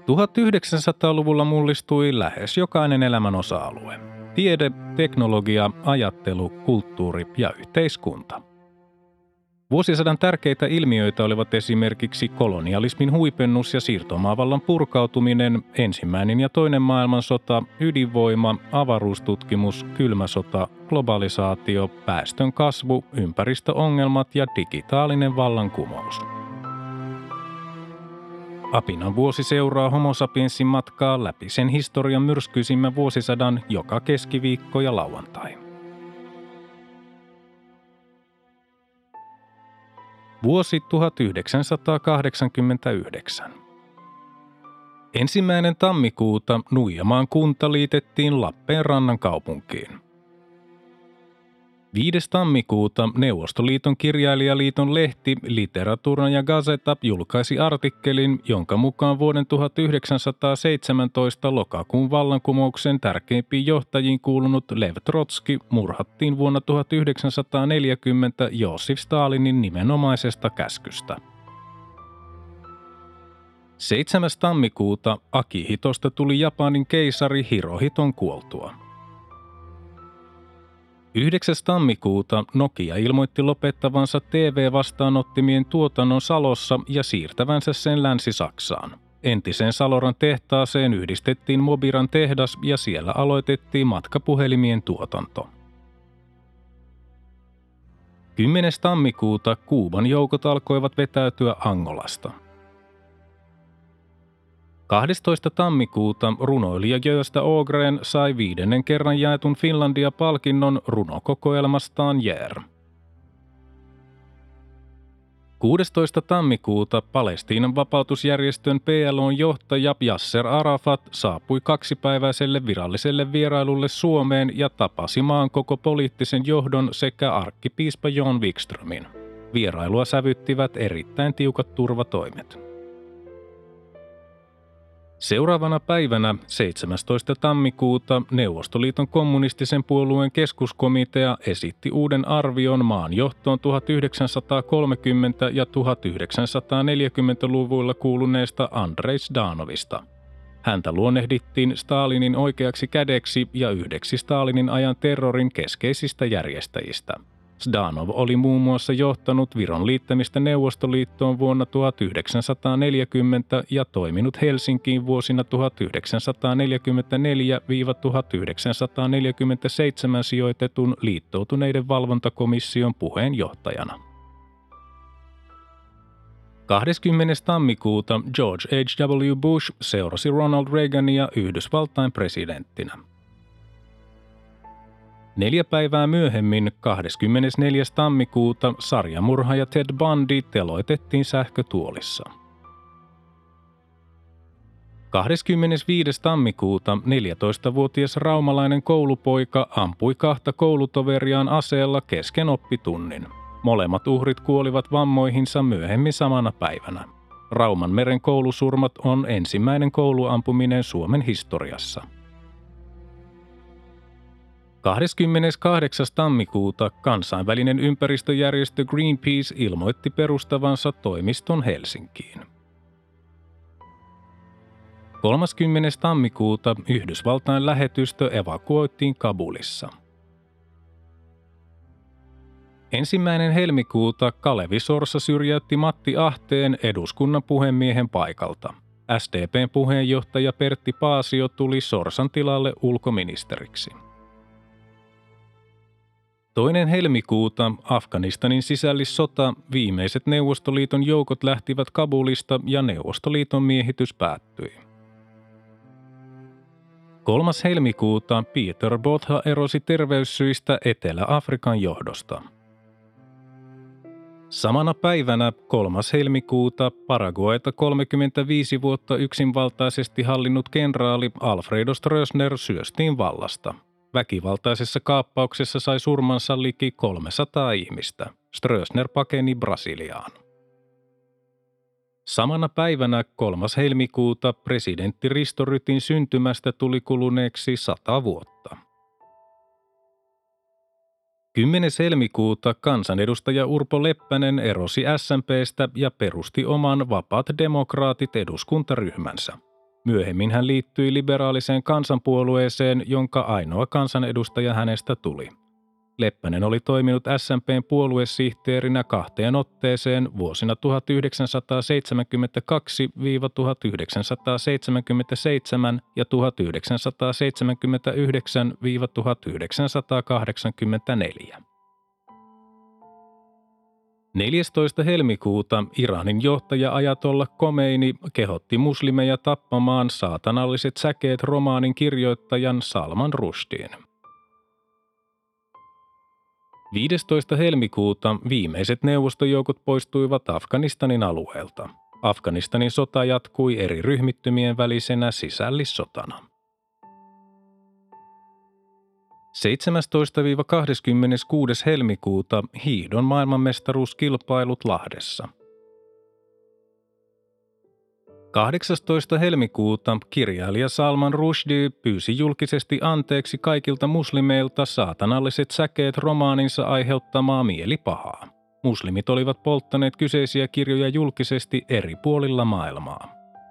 1900-luvulla mullistui lähes jokainen elämän osa-alue. Tiede, teknologia, ajattelu, kulttuuri ja yhteiskunta. Vuosisadan tärkeitä ilmiöitä olivat esimerkiksi kolonialismin huipennus ja siirtomaavallan purkautuminen, ensimmäinen ja toinen maailmansota, ydinvoima, avaruustutkimus, kylmä sota, globalisaatio, päästön kasvu, ympäristöongelmat ja digitaalinen vallankumous. Apinan vuosi seuraa Homo sapiensin matkaa läpi sen historian myrskyisimmän vuosisadan joka keskiviikko ja lauantai. Vuosi 1989. 1. tammikuuta Nuijamaan kunta liitettiin Lappeenrannan kaupunkiin. 5. tammikuuta Neuvostoliiton kirjailijaliiton lehti Literaturna ja Gazeta julkaisi artikkelin, jonka mukaan vuoden 1917 lokakuun vallankumouksen tärkeimpiin johtajiin kuulunut Lev Trotski murhattiin vuonna 1940 Joosif Stalinin nimenomaisesta käskystä. 7. tammikuuta Akihitosta tuli Japanin keisari Hirohiton kuoltua. 9. tammikuuta Nokia ilmoitti lopettavansa TV-vastaanottimien tuotannon Salossa ja siirtävänsä sen Länsi-Saksaan. Entiseen Saloran tehtaaseen yhdistettiin Mobiran tehdas ja siellä aloitettiin matkapuhelimien tuotanto. 10. tammikuuta Kuuban joukot alkoivat vetäytyä Angolasta. 12. tammikuuta runoilija Gösta Ågren sai 5. kerran jaetun Finlandia-palkinnon runokokoelmastaan Jär. 16. tammikuuta Palestiinan vapautusjärjestön PLO:n johtaja Yasser Arafat saapui 2-päiväiselle viralliselle vierailulle Suomeen ja tapasi maan koko poliittisen johdon sekä arkkipiispa Jon Wikströmin. Vierailua sävyttivät erittäin tiukat turvatoimet. Seuraavana päivänä 17. tammikuuta Neuvostoliiton kommunistisen puolueen keskuskomitea esitti uuden arvion maan johtoon 1930- ja 1940-luvuilla kuuluneesta Andrei Ždanovista. Häntä luonnehdittiin Stalinin oikeaksi kädeksi ja yhdeksi Stalinin ajan terrorin keskeisistä järjestäjistä. Ždanov oli muun muassa johtanut Viron liittämistä Neuvostoliittoon vuonna 1940 ja toiminut Helsinkiin vuosina 1944–1947 sijoitetun liittoutuneiden valvontakomission puheenjohtajana. 20. tammikuuta George H.W. Bush seurasi Ronald Reagania Yhdysvaltain presidenttinä. 4 päivää myöhemmin, 24. tammikuuta, sarjamurhaaja Ted Bundy teloitettiin sähkötuolissa. 25. tammikuuta 14-vuotias raumalainen koulupoika ampui 2 koulutoveriaan aseella kesken oppitunnin. Molemmat uhrit kuolivat vammoihinsa myöhemmin samana päivänä. Raumanmeren koulusurmat on ensimmäinen kouluampuminen Suomen historiassa. 28. tammikuuta kansainvälinen ympäristöjärjestö Greenpeace ilmoitti perustavansa toimiston Helsinkiin. 30. tammikuuta Yhdysvaltain lähetystö evakuoitiin Kabulissa. 1. helmikuuta Kalevi Sorsa syrjäytti Matti Ahteen eduskunnan puhemiehen paikalta. SDP:n puheenjohtaja Pertti Paasio tuli Sorsan tilalle ulkoministeriksi. 2. helmikuuta Afganistanin sisällissota, viimeiset Neuvostoliiton joukot lähtivät Kabulista ja Neuvostoliiton miehitys päättyi. 3. helmikuuta Peter Botha erosi terveyssyistä Etelä-Afrikan johdosta. Samana päivänä 3. helmikuuta Paraguayta 35 vuotta yksinvaltaisesti hallinnut kenraali Alfredo Stroessner syöstiin vallasta. Väkivaltaisessa kaappauksessa sai surmansa liki 300 ihmistä. Stroessner pakeni Brasiliaan. Samana päivänä 3. helmikuuta presidentti Risto Rytin syntymästä tuli kuluneeksi 100 vuotta. 10. helmikuuta kansanedustaja Urpo Leppänen erosi SMP:stä ja perusti oman Vapaat demokraatit eduskuntaryhmänsä. Myöhemmin hän liittyi liberaaliseen kansanpuolueeseen, jonka ainoa kansanedustaja hänestä tuli. Leppänen oli toiminut SMP:n puoluesihteerinä 2 otteeseen vuosina 1972–1977 ja 1979–1984. 14. helmikuuta Iranin johtaja Ajatollah Khomeini kehotti muslimeja tappamaan saatanalliset säkeet romaanin kirjoittajan Salman Rushdien. 15. helmikuuta viimeiset neuvostojoukot poistuivat Afganistanin alueelta. Afganistanin sota jatkui eri ryhmittymien välisenä sisällissotana. 17–26. helmikuuta hiihdon maailmanmestaruuskilpailut Lahdessa. 18. helmikuuta kirjailija Salman Rushdie pyysi julkisesti anteeksi kaikilta muslimeilta saatanalliset säkeet romaaninsa aiheuttamaa mielipahaa. Muslimit olivat polttaneet kyseisiä kirjoja julkisesti eri puolilla maailmaa.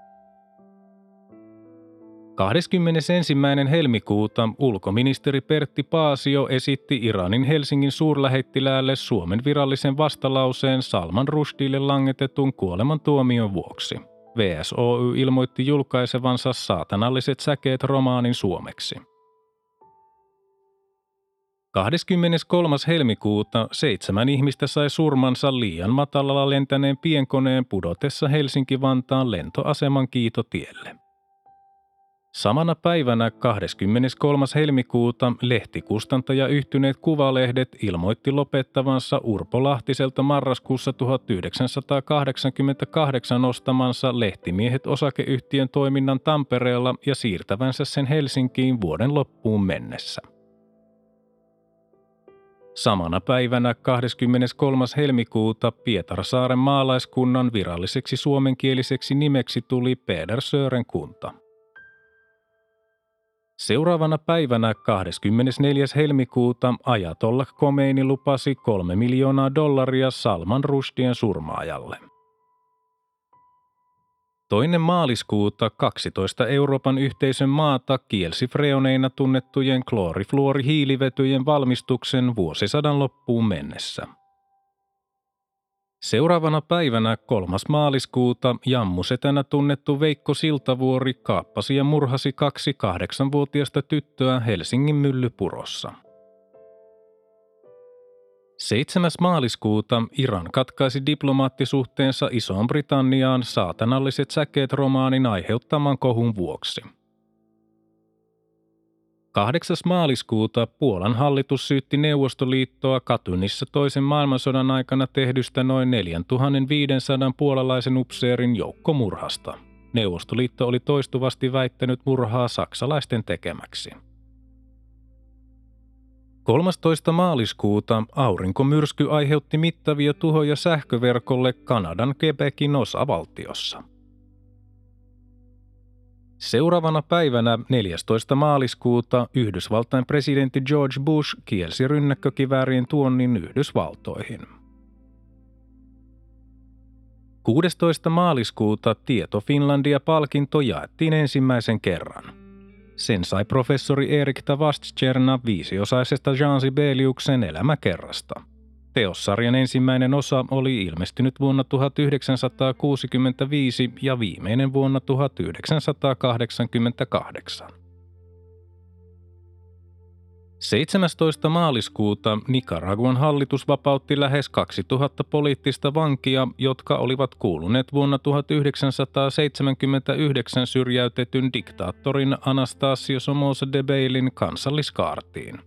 21. helmikuuta ulkoministeri Pertti Paasio esitti Iranin Helsingin suurlähettiläälle Suomen virallisen vastalauseen Salman Rushdielle langetetun kuolemantuomion vuoksi. VSOY ilmoitti julkaisevansa saatanalliset säkeet romaanin suomeksi. 23. helmikuuta 7 ihmistä sai surmansa liian matalalla lentäneen pienkoneen pudotessa Helsinki-Vantaan lentoaseman Kiitotielle. Samana päivänä 23. helmikuuta lehtikustantaja Yhtyneet Kuvalehdet ilmoitti lopettavansa Urpo Lahtiselta marraskuussa 1988 ostamansa Lehtimiehet-osakeyhtiön toiminnan Tampereella ja siirtävänsä sen Helsinkiin vuoden loppuun mennessä. Samana päivänä 23. helmikuuta Pietarsaaren maalaiskunnan viralliseksi suomenkieliseksi nimeksi tuli Pedersören kunta. Seuraavana päivänä 24. helmikuuta Ajatollah Khomeini lupasi $3 miljoonaa Salman Rushdien surmaajalle. 2. maaliskuuta 12 Euroopan yhteisön maata kielsi freoneina tunnettujen kloorifluorihiilivetyjen valmistuksen vuosisadan loppuun mennessä. Seuraavana päivänä 3. maaliskuuta jammusetänä tunnettu Veikko Siltavuori kaappasi ja murhasi 2 8-vuotiasta tyttöä Helsingin Myllypurossa. 7. maaliskuuta Iran katkaisi diplomaattisuhteensa Isoon Britanniaan saatanalliset säkeet romaanin aiheuttaman kohun vuoksi. 8. maaliskuuta Puolan hallitus syytti Neuvostoliittoa Katynissa toisen maailmansodan aikana tehdystä noin 4500 puolalaisen upseerin joukkomurhasta. Neuvostoliitto oli toistuvasti väittänyt murhaa saksalaisten tekemäksi. 13. maaliskuuta aurinkomyrsky aiheutti mittavia tuhoja sähköverkolle Kanadan Quebecin osavaltiossa. Seuraavana päivänä 14. maaliskuuta Yhdysvaltain presidentti George Bush kielsi rynnäkkökiväärien tuonnin Yhdysvaltoihin. 16. maaliskuuta Tieto Finlandia-palkinto jaettiin ensimmäisen kerran. Sen sai professori Erik Tavastjerna 5-osaisesta Jean Sibeliuksen elämäkerrasta. Teossarjan ensimmäinen osa oli ilmestynyt vuonna 1965 ja viimeinen vuonna 1988. 17. maaliskuuta Nicaraguan hallitus vapautti lähes 2000 poliittista vankia, jotka olivat kuuluneet vuonna 1979 syrjäytetyn diktaattorin Anastasio Somoza Debaylin kansalliskaartiin.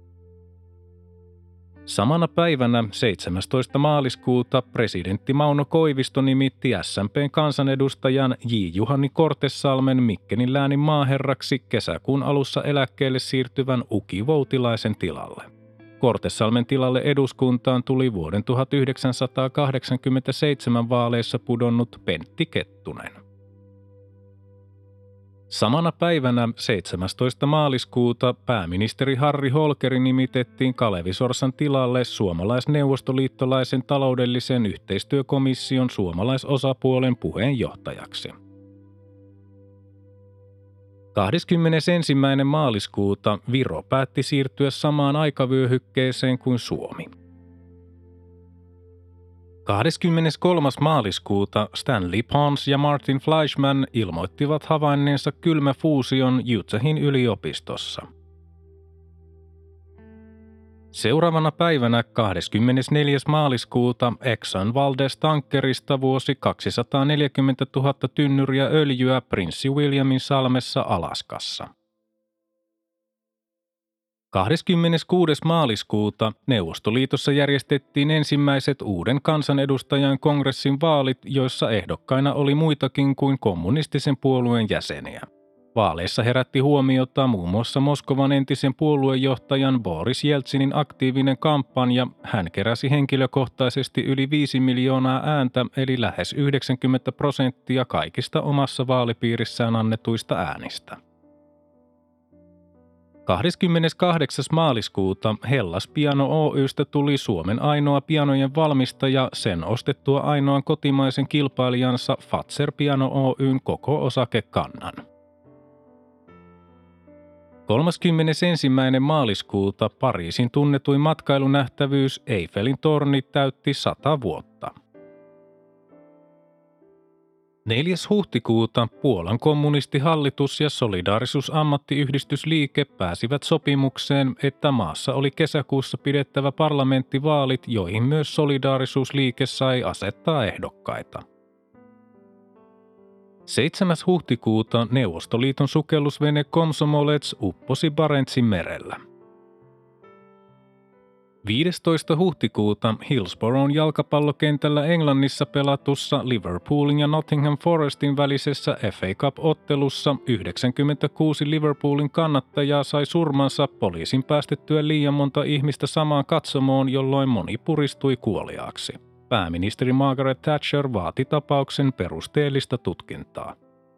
Samana päivänä 17. maaliskuuta presidentti Mauno Koivisto nimitti SMP:n kansanedustajan J. Juhani Kortesalmen Mikkelin läänin maaherraksi kesäkuun alussa eläkkeelle siirtyvän Uki Voutilaisen tilalle. Kortesalmen tilalle eduskuntaan tuli vuoden 1987 vaaleissa pudonnut Pentti Kettunen. Samana päivänä 17. maaliskuuta pääministeri Harri Holkeri nimitettiin Kalevi Sorsan tilalle suomalais-neuvostoliittolaisen taloudellisen yhteistyökomission suomalaisosapuolen puheenjohtajaksi. 21. maaliskuuta Viro päätti siirtyä samaan aikavyöhykkeeseen kuin Suomi. 23. maaliskuuta Stanley Pons ja Martin Fleischmann ilmoittivat havainneensa kylmäfuusion Utahin yliopistossa. Seuraavana päivänä 24. maaliskuuta Exxon Valdez-tankkerista vuosi 240 000 tynnyriä öljyä Prinssi Williamin salmessa Alaskassa. 26. maaliskuuta Neuvostoliitossa järjestettiin ensimmäiset uuden kansanedustajan kongressin vaalit, joissa ehdokkaina oli muitakin kuin kommunistisen puolueen jäseniä. Vaaleissa herätti huomiota muun muassa Moskovan entisen puoluejohtajan Boris Jeltsinin aktiivinen kampanja. Hän keräsi henkilökohtaisesti yli 5 miljoonaa ääntä, eli lähes 90% kaikista omassa vaalipiirissään annetuista äänistä. 28. maaliskuuta Hellas Piano Oy:stä tuli Suomen ainoa pianojen valmistaja sen ostettua ainoan kotimaisen kilpailijansa Fazer Piano Oyn koko osakekannan. 31. maaliskuuta Pariisin tunnetuin matkailunähtävyys Eiffelin torni täytti 100 vuotta. 4. huhtikuuta Puolan kommunistihallitus ja Solidaarisuus-ammattiyhdistysliike pääsivät sopimukseen, että maassa oli kesäkuussa pidettävä parlamenttivaalit, joihin myös Solidaarisuusliike sai asettaa ehdokkaita. 7. huhtikuuta Neuvostoliiton sukellusvene Komsomolets upposi Barentsin merellä. 15. huhtikuuta Hillsboroughn jalkapallokentällä Englannissa pelatussa Liverpoolin ja Nottingham Forestin välisessä FA Cup-ottelussa 96 Liverpoolin kannattajaa sai surmansa poliisin päästettyä liian monta ihmistä samaan katsomoon, jolloin moni puristui kuoliaaksi. Pääministeri Margaret Thatcher vaati tapauksen perusteellista tutkintaa.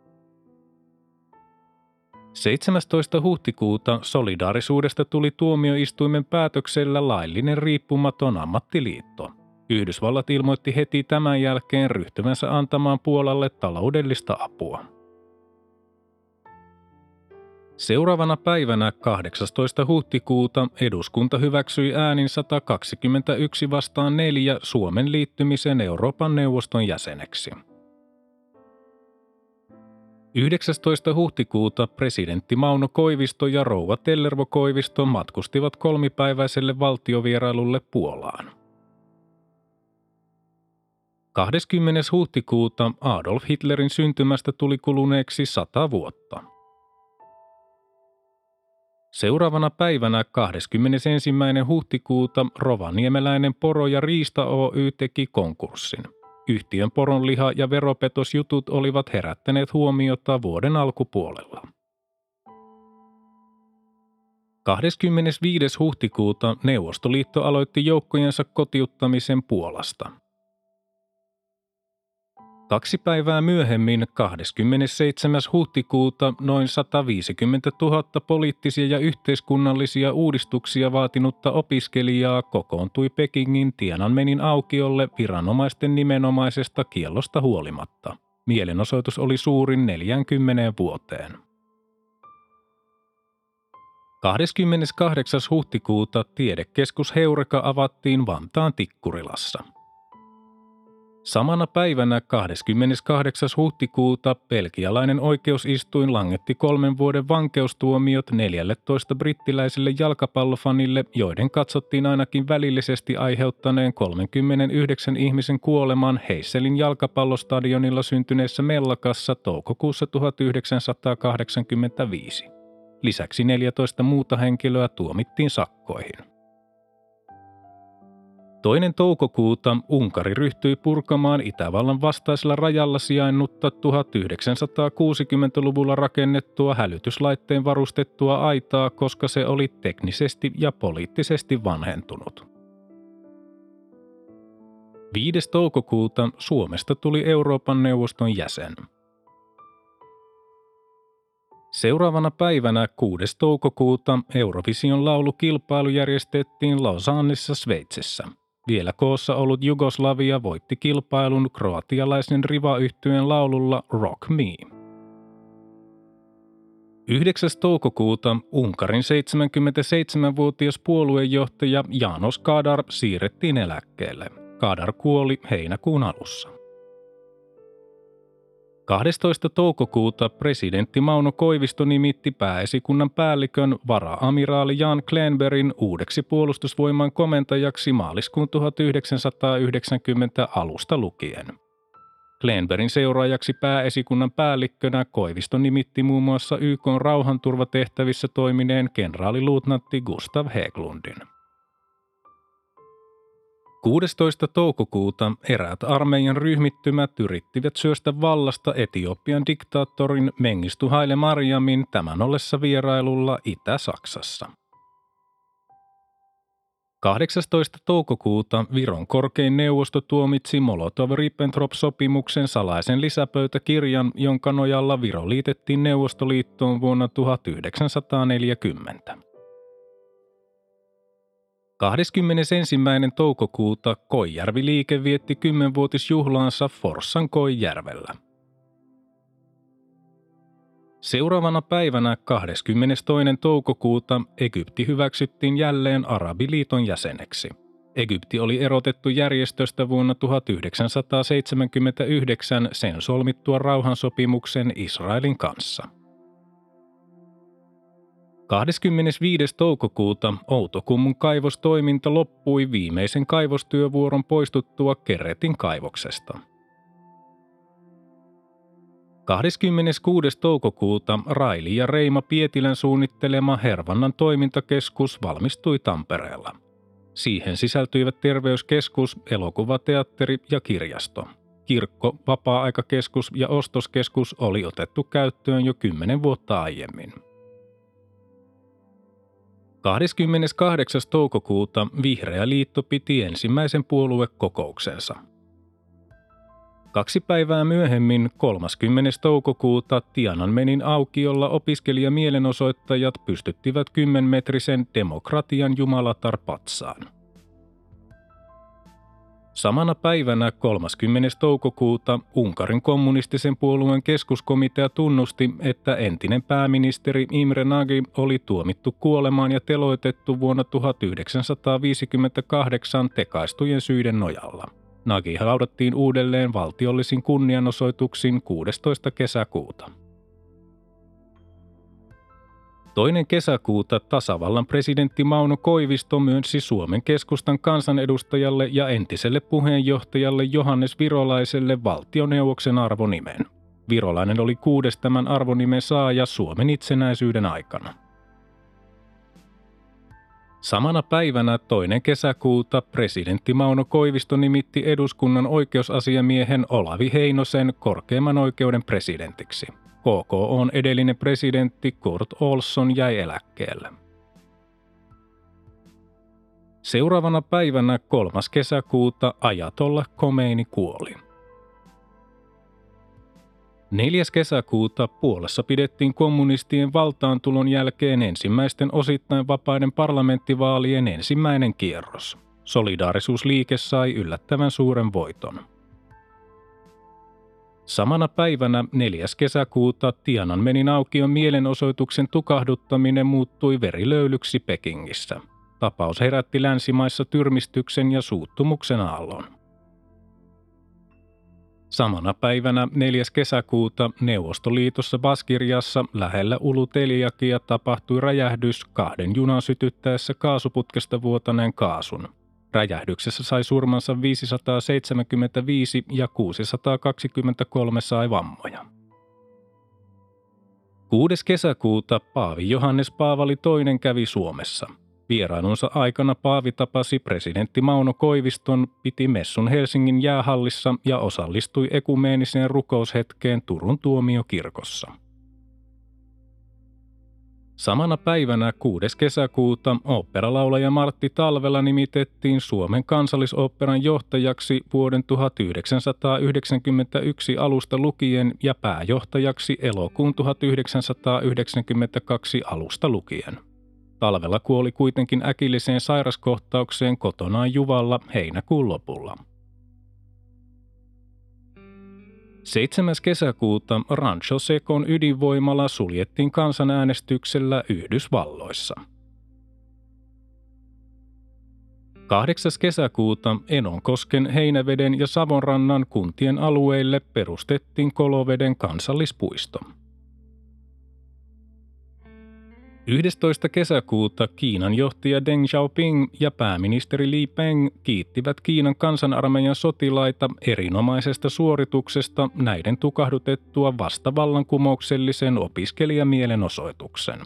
17. huhtikuuta Solidaarisuudesta tuli tuomioistuimen päätöksellä laillinen riippumaton ammattiliitto. Yhdysvallat ilmoitti heti tämän jälkeen ryhtyvänsä antamaan Puolalle taloudellista apua. Seuraavana päivänä 18. huhtikuuta eduskunta hyväksyi äänin 121 vastaan 4 Suomen liittymisen Euroopan neuvoston jäseneksi. 19. huhtikuuta presidentti Mauno Koivisto ja rouva Tellervo Koivisto matkustivat kolmipäiväiselle valtiovierailulle Puolaan. 20. huhtikuuta Adolf Hitlerin syntymästä tuli kuluneeksi 100 vuotta. Seuraavana päivänä 21. huhtikuuta rovaniemeläinen Poro- ja Riista Oy teki konkurssin. Yhtiön poronliha- ja veropetosjutut olivat herättäneet huomiota vuoden alkupuolella. 25. huhtikuuta Neuvostoliitto aloitti joukkojensa kotiuttamisen Puolasta. 2 päivää myöhemmin, 27. huhtikuuta, noin 150 000 poliittisia ja yhteiskunnallisia uudistuksia vaatinutta opiskelijaa kokoontui Pekingin Tiananmenin aukiolle viranomaisten nimenomaisesta kiellosta huolimatta. Mielenosoitus oli suurin 40 vuoteen. 28. huhtikuuta tiedekeskus Heureka avattiin Vantaan Tikkurilassa. Samana päivänä 28. huhtikuuta belgialainen oikeusistuin langetti 3 vuoden vankeustuomiot 14 brittiläiselle jalkapallofanille, joiden katsottiin ainakin välillisesti aiheuttaneen 39 ihmisen kuoleman Heysselin jalkapallostadionilla syntyneessä mellakassa toukokuussa 1985. Lisäksi 14 muuta henkilöä tuomittiin sakkoihin. 2. toukokuuta Unkari ryhtyi purkamaan Itävallan vastaisella rajalla sijainnutta 1960-luvulla rakennettua hälytyslaitteen varustettua aitaa, koska se oli teknisesti ja poliittisesti vanhentunut. 5. toukokuuta Suomesta tuli Euroopan neuvoston jäsen. Seuraavana päivänä 6. toukokuuta Eurovision laulukilpailu järjestettiin Lausannessa Sveitsissä. Vielä koossa ollut Jugoslavia voitti kilpailun kroatialaisen Riva-yhtyeen laululla Rock Me. 9. toukokuuta Unkarin 77-vuotias puoluejohtaja János Kadar siirrettiin eläkkeelle. Kadar kuoli heinäkuun alussa. 12. toukokuuta presidentti Mauno Koivisto nimitti pääesikunnan päällikön vara-amiraali Jan Klenbergin uudeksi puolustusvoiman komentajaksi maaliskuun 1990 alusta lukien. Klenbergin seuraajaksi pääesikunnan päällikkönä Koivisto nimitti muun muassa YK:n rauhanturvatehtävissä toimineen kenraaliluutnantti Gustav Hägglundin. 16. toukokuuta eräät armeijan ryhmittymät yrittivät syöstä vallasta Etiopian diktaattorin Mengistu Haile Mariamin tämän ollessa vierailulla Itä-Saksassa. 18. toukokuuta Viron korkein neuvosto tuomitsi Molotov-Ribbentrop-sopimuksen salaisen lisäpöytäkirjan, jonka nojalla Viro liitettiin Neuvostoliittoon vuonna 1940. 21. toukokuuta Koijärvi-liike vietti 10-vuotisjuhlaansa Forssan Koijärvellä. Seuraavana päivänä 22. toukokuuta Egypti hyväksyttiin jälleen Arabiliiton jäseneksi. Egypti oli erotettu järjestöstä vuonna 1979 sen solmittua rauhansopimuksen Israelin kanssa. 25. toukokuuta Outokummun kaivostoiminta loppui viimeisen kaivostyövuoron poistuttua Kerretin kaivoksesta. 26. toukokuuta Raili ja Reima Pietilän suunnittelema Hervannan toimintakeskus valmistui Tampereella. Siihen sisältyivät terveyskeskus, elokuvateatteri ja kirjasto. Kirkko, vapaa-aikakeskus ja ostoskeskus oli otettu käyttöön jo 10 vuotta aiemmin. 28. toukokuuta Vihreä liitto piti ensimmäisen puoluekokouksensa. 2 päivää myöhemmin 30. toukokuuta Tiananmenin aukiolla opiskelijamielenosoittajat pystyttivät 10-metrisen demokratian jumalatar-patsaan. Samana päivänä 30. toukokuuta Unkarin kommunistisen puolueen keskuskomitea tunnusti, että entinen pääministeri Imre Nagy oli tuomittu kuolemaan ja teloitettu vuonna 1958 tekaistujen syiden nojalla. Nagy haudattiin uudelleen valtiollisin kunnianosoituksin 16. kesäkuuta. 2. kesäkuuta tasavallan presidentti Mauno Koivisto myönsi Suomen keskustan kansanedustajalle ja entiselle puheenjohtajalle Johannes Virolaiselle valtioneuvoksen arvonimen. Virolainen oli 6. tämän arvonimen saaja Suomen itsenäisyyden aikana. Samana päivänä 2. kesäkuuta presidentti Mauno Koivisto nimitti eduskunnan oikeusasiamiehen Olavi Heinosen korkeimman oikeuden presidentiksi. KK:n edellinen presidentti Kurt Olsson jäi eläkkeelle. Seuraavana päivänä 3. kesäkuuta Ajatollah Khomeini kuoli. 4. kesäkuuta Puolassa pidettiin kommunistien valtaantulon jälkeen ensimmäisten osittain vapaiden parlamenttivaalien ensimmäinen kierros. Solidaarisuusliike sai yllättävän suuren voiton. Samana päivänä 4. kesäkuuta Tiananmenin aukion mielenosoituksen tukahduttaminen muuttui verilöylyksi Pekingissä. Tapaus herätti länsimaissa tyrmistyksen ja suuttumuksen aallon. Samana päivänä 4. kesäkuuta Neuvostoliitossa Baskiriassa lähellä Uluteliakia tapahtui räjähdys 2 junan sytyttäessä kaasuputkesta vuotaneen kaasun. Räjähdyksessä sai surmansa 575 ja 623 sai vammoja. 6. kesäkuuta Paavi Johannes Paavali II kävi Suomessa. Vierailunsa aikana Paavi tapasi presidentti Mauno Koiviston, piti messun Helsingin jäähallissa ja osallistui ekumeeniseen rukoushetkeen Turun tuomiokirkossa. Samana päivänä 6. kesäkuuta oopperalaulaja Martti Talvela nimitettiin Suomen kansallisoopperan johtajaksi vuoden 1991 alusta lukien ja pääjohtajaksi elokuun 1992 alusta lukien. Talvela kuoli kuitenkin äkilliseen sairaskohtaukseen kotonaan Juvalla heinäkuun lopulla. 7. kesäkuuta Rancho Secon ydinvoimala suljettiin kansanäänestyksellä Yhdysvalloissa. 8. kesäkuuta Enonkosken, Heinäveden ja Savonrannan kuntien alueille perustettiin Koloveden kansallispuisto. 11. kesäkuuta Kiinan johtaja Deng Xiaoping ja pääministeri Li Peng kiittivät Kiinan kansanarmeijan sotilaita erinomaisesta suorituksesta näiden tukahdutettua vastavallankumouksellisen opiskelijamielenosoituksen.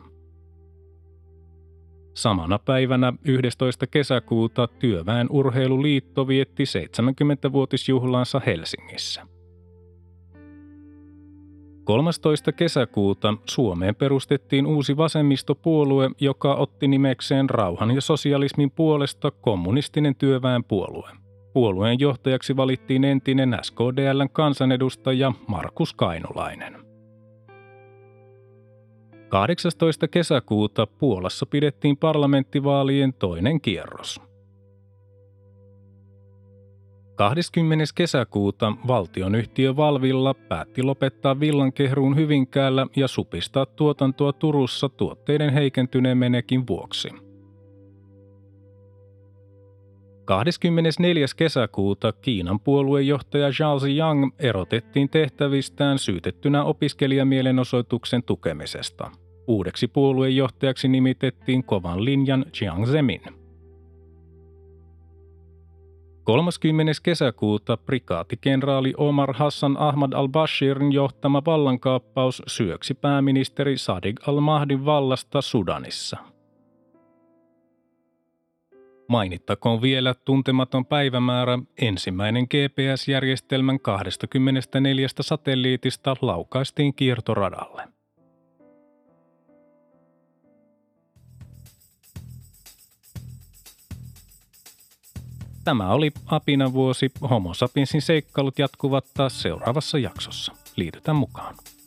Samana päivänä 11. kesäkuuta Työväen Urheiluliitto vietti 70-vuotisjuhlaansa Helsingissä. 13. kesäkuuta Suomeen perustettiin uusi vasemmistopuolue, joka otti nimekseen rauhan ja sosialismin puolesta kommunistinen työväenpuolue. Puolueen johtajaksi valittiin entinen SKDL:n kansanedustaja Markus Kainulainen. 18. kesäkuuta Puolassa pidettiin parlamenttivaalien toinen kierros. 20. kesäkuuta valtionyhtiö Valvilla päätti lopettaa villankehruun Hyvinkäällä ja supistaa tuotantoa Turussa tuotteiden heikentyneen menekin vuoksi. 24. kesäkuuta Kiinan puoluejohtaja Zhao Ziyang erotettiin tehtävistään syytettynä opiskelijamielenosoituksen tukemisesta. Uudeksi puoluejohtajaksi nimitettiin kovan linjan Jiang Zemin. 30. kesäkuuta prikaatikenraali Omar Hassan Ahmad al-Bashirin johtama vallankaappaus syöksi pääministeri Sadiq al-Mahdin vallasta Sudanissa. Mainittakoon vielä tuntematon päivämäärä, ensimmäinen GPS-järjestelmän 24 satelliitista laukaistiin kiertoradalle. Tämä oli Apinan vuosi. Homo sapiensin seikkailut jatkuvat taas seuraavassa jaksossa. Liitytään mukaan.